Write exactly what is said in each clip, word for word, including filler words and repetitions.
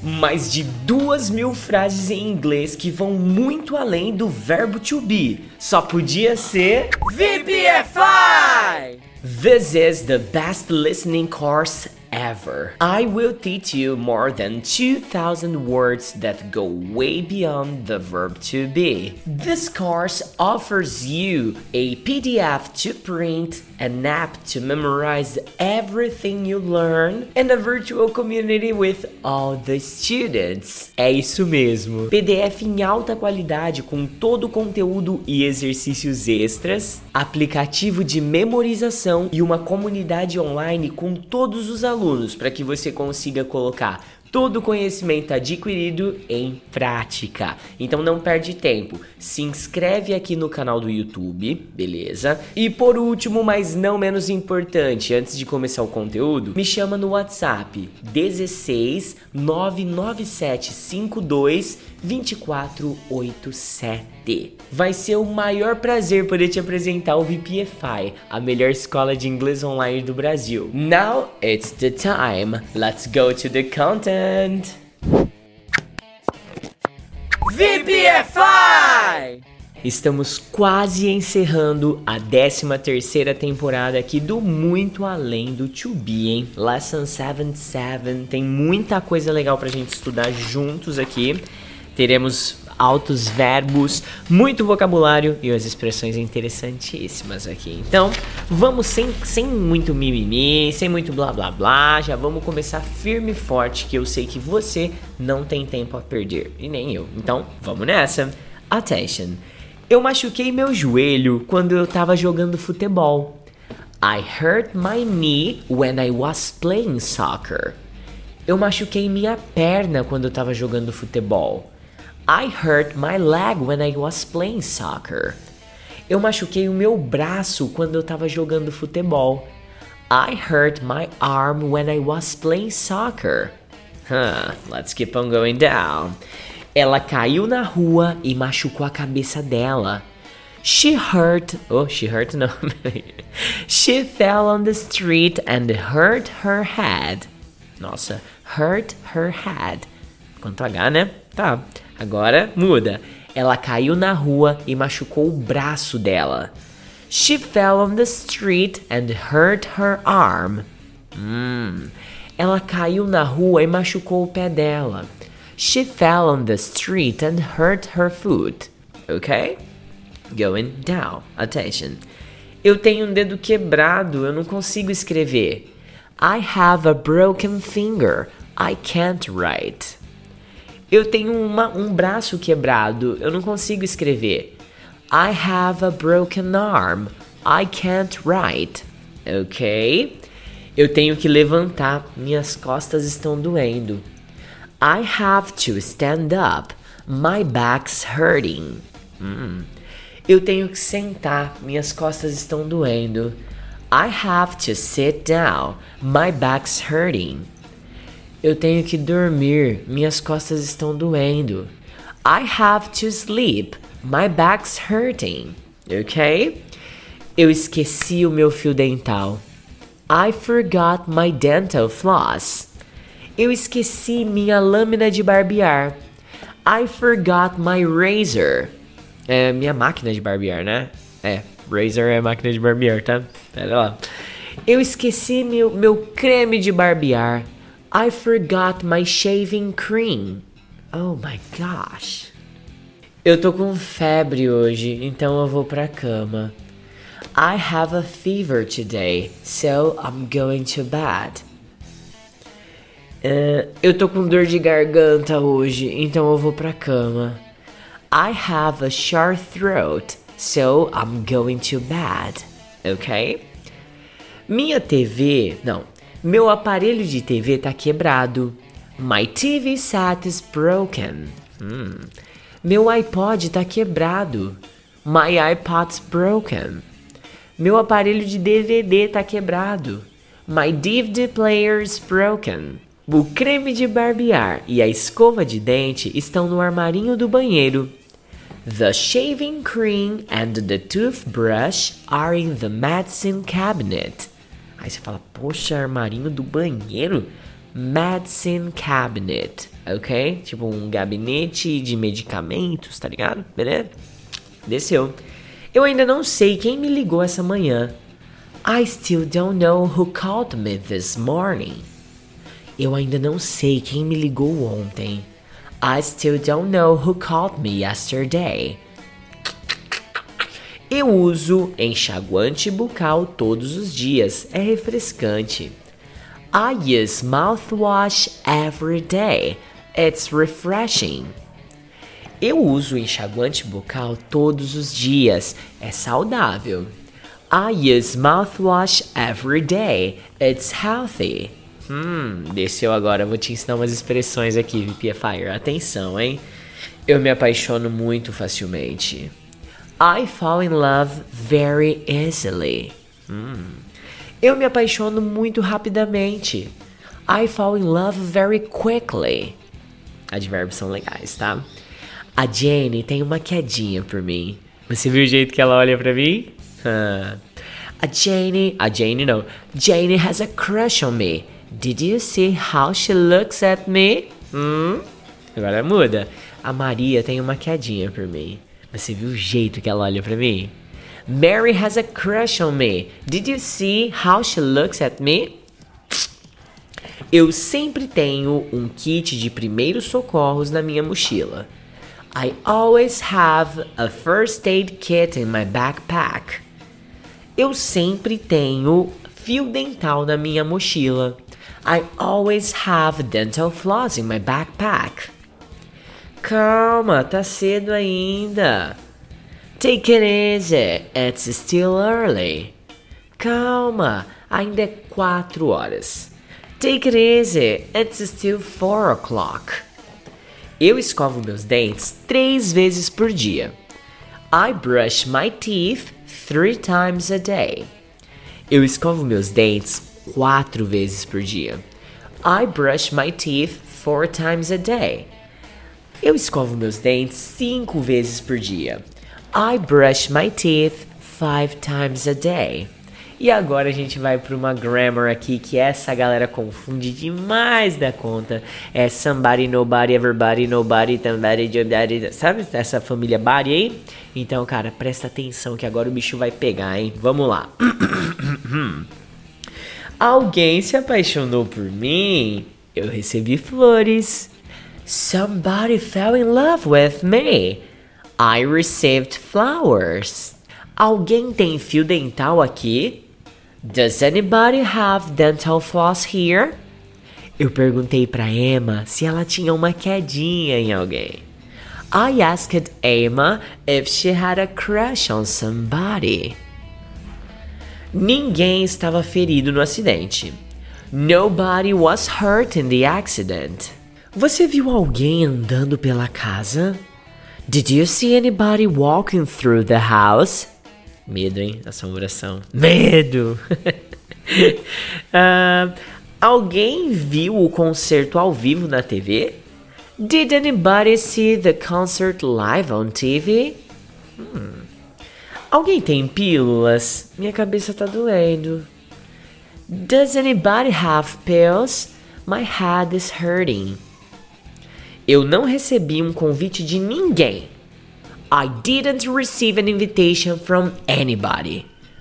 mais de duas mil frases em inglês que vão muito além do verbo to be. Só podia ser V P F I! This is the best listening course ever. I will teach you more than two thousand words that go way beyond the verb to be. This course offers you a P D F to print, an app to memorize everything you learn, and a virtual community with all the students. É isso mesmo. P D F em alta qualidade com todo o conteúdo e exercícios extras, aplicativo de memorização e uma comunidade online com todos os alunos para que você consiga colocar todo o conhecimento adquirido em prática. Então não perde tempo, se inscreve aqui no canal do YouTube, beleza? E por último, mas não menos importante, antes de começar o conteúdo, me chama no WhatsApp dezesseis nove nove sete cinco dois dois quatro oito sete. Vai ser o maior prazer poder te apresentar o V P F I, a melhor escola de inglês online do Brasil. Now it's the time. Let's go to the content. V P F I! Estamos quase encerrando a décima terceira temporada aqui do Muito Além do To Be, hein? Lesson setenta e sete, tem muita coisa legal pra gente estudar juntos aqui. Teremos altos verbos, muito vocabulário e as expressões interessantíssimas aqui. Então, vamos sem, sem muito mimimi, sem muito blá blá blá, já vamos começar firme e forte, que eu sei que você não tem tempo a perder, e nem eu. Então, vamos nessa. Attention. Eu machuquei meu joelho quando eu tava jogando futebol. I hurt my knee when I was playing soccer. Eu machuquei minha perna quando eu tava jogando futebol. I hurt my leg when I was playing soccer. Eu machuquei o meu braço quando eu tava jogando futebol. I hurt my arm when I was playing soccer. Huh, let's keep on going down. Ela caiu na rua e machucou a cabeça dela. She hurt... Oh, she hurt no. She fell on the street and hurt her head. Nossa, hurt her head. Quanto H, né? Tá. Agora muda. Ela caiu na rua e machucou o braço dela. She fell on the street and hurt her arm. Hum. Ela caiu na rua e machucou o pé dela. She fell on the street and hurt her foot. Okay? Going down. Attention. Eu tenho um dedo quebrado, eu não consigo escrever. I have a broken finger. I can't write. Eu tenho uma, um braço quebrado, eu não consigo escrever. I have a broken arm. I can't write. Ok? Eu tenho que levantar, minhas costas estão doendo. I have to stand up. My back's hurting. Hum. Eu tenho que sentar, minhas costas estão doendo. I have to sit down. My back's hurting. Eu tenho que dormir, minhas costas estão doendo. I have to sleep. My back's hurting. Ok? Eu esqueci o meu fio dental. I forgot my dental floss. Eu esqueci minha lâmina de barbear. I forgot my razor. É minha máquina de barbear, né? É, razor é máquina de barbear, tá? Pera lá. Eu esqueci meu, meu creme de barbear. I forgot my shaving cream. Oh my gosh. Eu tô com febre hoje, então eu vou pra cama. I have a fever today, so I'm going to bed. Uh, eu tô com dor de garganta hoje, então eu vou pra cama. I have a sore throat, so I'm going to bed. Ok? Minha T V... Não. Meu aparelho de T V tá quebrado. My T V set is broken. Hum. Meu iPod tá quebrado. My iPod's broken. Meu aparelho de D V D tá quebrado. My D V D player's broken. O creme de barbear e a escova de dente estão no armarinho do banheiro. The shaving cream and the toothbrush are in the medicine cabinet. Aí você fala, poxa, armarinho do banheiro? medicine cabinet, ok? Tipo um gabinete de medicamentos, tá ligado? Beleza? Desceu. Eu ainda não sei quem me ligou essa manhã. I still don't know who called me this morning. Eu ainda não sei quem me ligou ontem. I still don't know who called me yesterday. Eu uso enxaguante bucal todos os dias. É refrescante. I use mouthwash every day. It's refreshing. Eu uso enxaguante bucal todos os dias. É saudável. I use mouthwash every day. It's healthy. Hum, desceu agora. Vou te ensinar umas expressões aqui, V P F I. Atenção, hein? Eu me apaixono muito facilmente. I fall in love very easily. Hum. Eu me apaixono muito rapidamente. I fall in love very quickly. Advérbios são legais, tá? A Jane tem uma quedinha por mim. Você viu o jeito que ela olha pra mim? Huh. A Jane... A Jane não. Jane has a crush on me. Did you see how she looks at me? Hum? Agora muda. A Maria tem uma quedinha por mim. Você viu o jeito que ela olha pra mim? Mary has a crush on me. Did you see how she looks at me? Eu sempre tenho um kit de primeiros socorros na minha mochila. I always have a first aid kit in my backpack. Eu sempre tenho fio dental na minha mochila. I always have dental floss in my backpack. Calma, tá cedo ainda. Take it easy, it's still early. Calma, ainda é quatro horas. Take it easy, it's still four o'clock. Eu escovo meus dentes três vezes por dia. I brush my teeth three times a day. Eu escovo meus dentes quatro vezes por dia. I brush my teeth four times a day. Eu escovo meus dentes cinco vezes por dia. I brush my teeth five times a day. E agora a gente vai para uma grammar aqui que essa galera confunde demais da conta. É somebody, nobody, everybody, nobody, somebody, somebody. Sabe essa família body aí? Então, cara, presta atenção que agora o bicho vai pegar, hein? Vamos lá. Alguém se apaixonou por mim? Eu recebi flores. Somebody fell in love with me. I received flowers. Alguém tem fio dental aqui? Does anybody have dental floss here? Eu perguntei pra Emma se ela tinha uma quedinha em alguém. I asked Emma if she had a crush on somebody. Ninguém estava ferido no acidente. Nobody was hurt in the accident. Você viu alguém andando pela casa? Did you see anybody walking through the house? Medo, hein? Assombração. Medo! uh, alguém viu o concerto ao vivo na T V? Did anybody see the concert live on T V? Hmm. Alguém tem pílulas? Minha cabeça tá doendo. Does anybody have pills? My head is hurting. Eu não recebi um convite de ninguém. I didn't receive an invitation from anybody.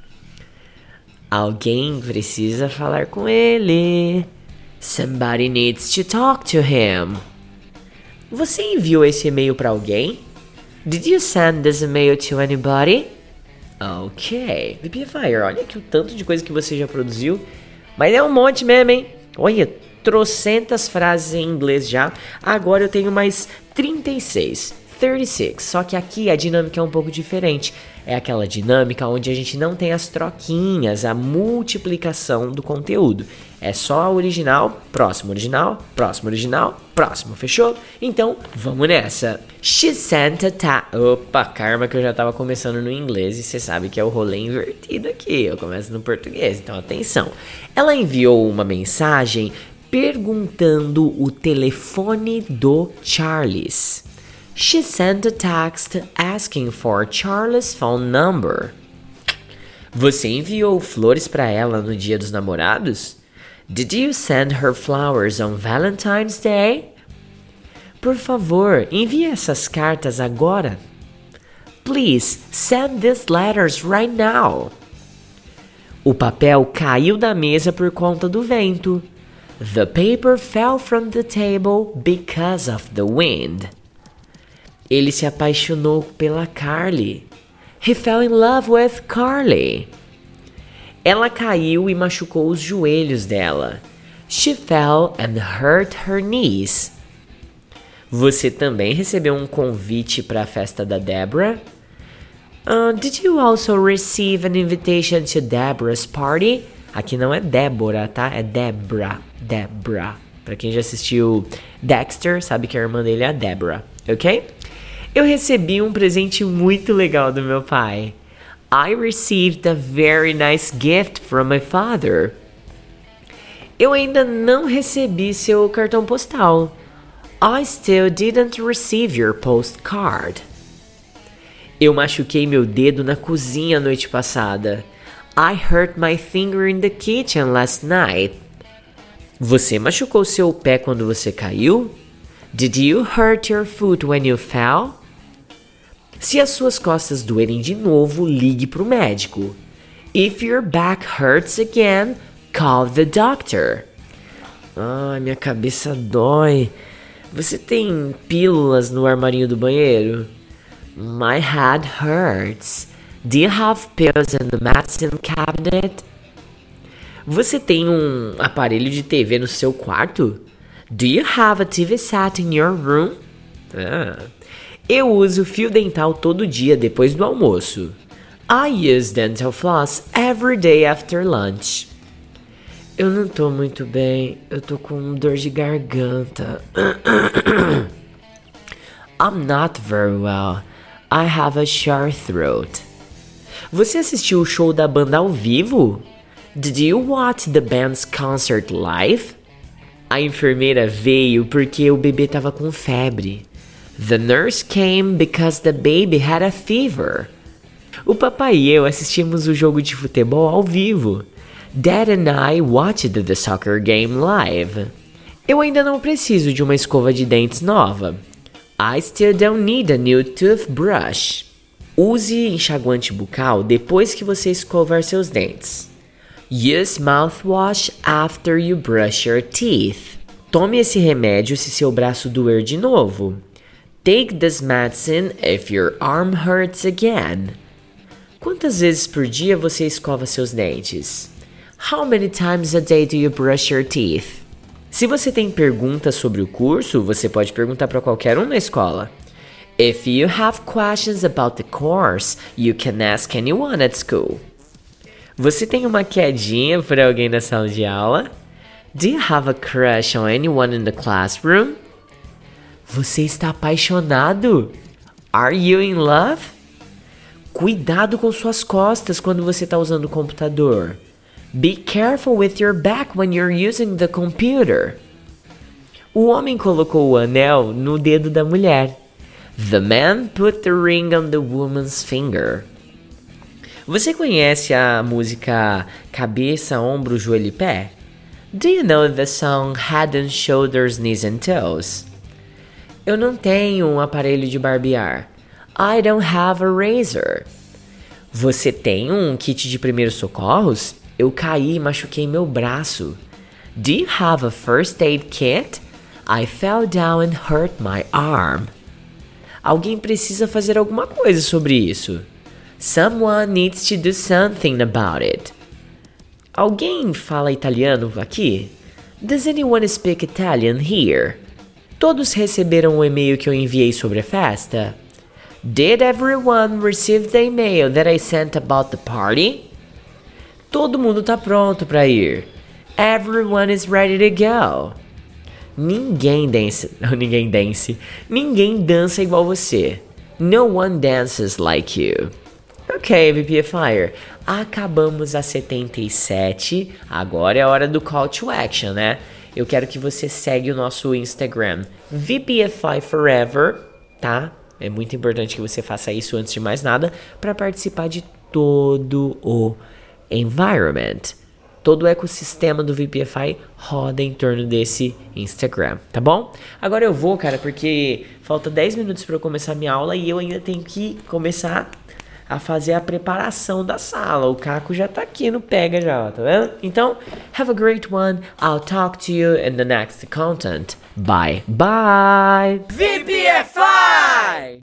Alguém precisa falar com ele. Somebody needs to talk to him. Você enviou esse e-mail para alguém? Did you send this email to anybody? Ok. V P F I, olha aqui o tanto de coisa que você já produziu. Mas é um monte mesmo, hein? Olha, trocentas frases em inglês já. Agora eu tenho mais trinta e seis. trinta e seis. Só que aqui a dinâmica é um pouco diferente. É aquela dinâmica onde a gente não tem as troquinhas, a multiplicação do conteúdo. É só a original, próximo original, próximo original, próximo, fechou? Então, vamos nessa. She sent a ta... Opa, karma que eu já tava começando no inglês e você sabe que é o rolê invertido aqui. Eu começo no português, então atenção. Ela enviou uma mensagem perguntando o telefone do Charles. She sent a text asking for Charles' phone number. Você enviou flores para ela no Dia dos Namorados? Did you send her flowers on Valentine's Day? Por favor, envie essas cartas agora. Please, send these letters right now. O papel caiu da mesa por conta do vento. The paper fell from the table because of the wind. Ele se apaixonou pela Carly. He fell in love with Carly. Ela caiu e machucou os joelhos dela. She fell and hurt her knees. Você também recebeu um convite para a festa da Deborah? Uh, did you also receive an invitation to Deborah's party? Aqui não é Débora, tá? É Debra. Debra. Pra quem já assistiu Dexter, sabe que a irmã dele é a Deborah, ok? Eu recebi um presente muito legal do meu pai. I received a very nice gift from my father. Eu ainda não recebi seu cartão postal. I still didn't receive your postcard. Eu machuquei meu dedo na cozinha a noite passada. I hurt my finger in the kitchen last night. Você machucou seu pé quando você caiu? Did you hurt your foot when you fell? Se as suas costas doerem de novo, ligue para o médico. If your back hurts again, call the doctor. Ai, minha cabeça dói. Você tem pílulas no armarinho do banheiro? My head hurts. Do you have pills in the medicine cabinet? Você tem um aparelho de T V no seu quarto? Do you have a T V set in your room? Ah. Eu uso fio dental todo dia depois do almoço. I use dental floss every day after lunch. Eu não tô muito bem, eu tô com dor de garganta. I'm not very well. I have a sore throat. Você assistiu o show da banda ao vivo? Did you watch the band's concert live? A enfermeira veio porque o bebê tava com febre. The nurse came because the baby had a fever. O papai e eu assistimos o jogo de futebol ao vivo. Dad and I watched the soccer game live. Eu ainda não preciso de uma escova de dentes nova. I still don't need a new toothbrush. Use enxaguante bucal depois que você escovar seus dentes. Use mouthwash after you brush your teeth. Tome esse remédio se seu braço doer de novo. Take this medicine if your arm hurts again. Quantas vezes por dia você escova seus dentes? How many times a day do you brush your teeth? Se você tem perguntas sobre o curso, você pode perguntar para qualquer um na escola. If you have questions about the course, you can ask anyone at school. Você tem uma quedinha por alguém na sala de aula? Do you have a crush on anyone in the classroom? Você está apaixonado? Are you in love? Cuidado com suas costas quando você está usando o computador. Be careful with your back when you're using the computer. O homem colocou o anel no dedo da mulher. The man put the ring on the woman's finger. Você conhece a música Cabeça, Ombro, Joelho e Pé? Do you know the song Head and Shoulders, Knees and Toes? Eu não tenho um aparelho de barbear. I don't have a razor. Você tem um kit de primeiros socorros? Eu caí e machuquei meu braço. Do you have a first aid kit? I fell down and hurt my arm. Alguém precisa fazer alguma coisa sobre isso. Someone needs to do something about it. Alguém fala italiano aqui? Does anyone speak Italian here? Todos receberam o e-mail que eu enviei sobre a festa? Did everyone receive the email that I sent about the party? Todo mundo tá pronto para ir. Everyone is ready to go. Ninguém dança, ninguém dance, ninguém dança igual você. No one dances like you. Ok, V P F I, acabamos a setenta e sete, agora é a hora do call to action, né? Eu quero que você segue o nosso Instagram, V P F I Forever, tá? É muito importante que você faça isso antes de mais nada para participar de todo o environment. todo o ecossistema do V P F I roda em torno desse Instagram, tá bom? Agora eu vou, cara, porque falta dez minutos para eu começar minha aula e eu ainda tenho que começar a fazer a preparação da sala. O Caco já tá aqui no pega já, tá vendo? Então, have a great one. I'll talk to you in the next content. Bye. Bye. V P F I!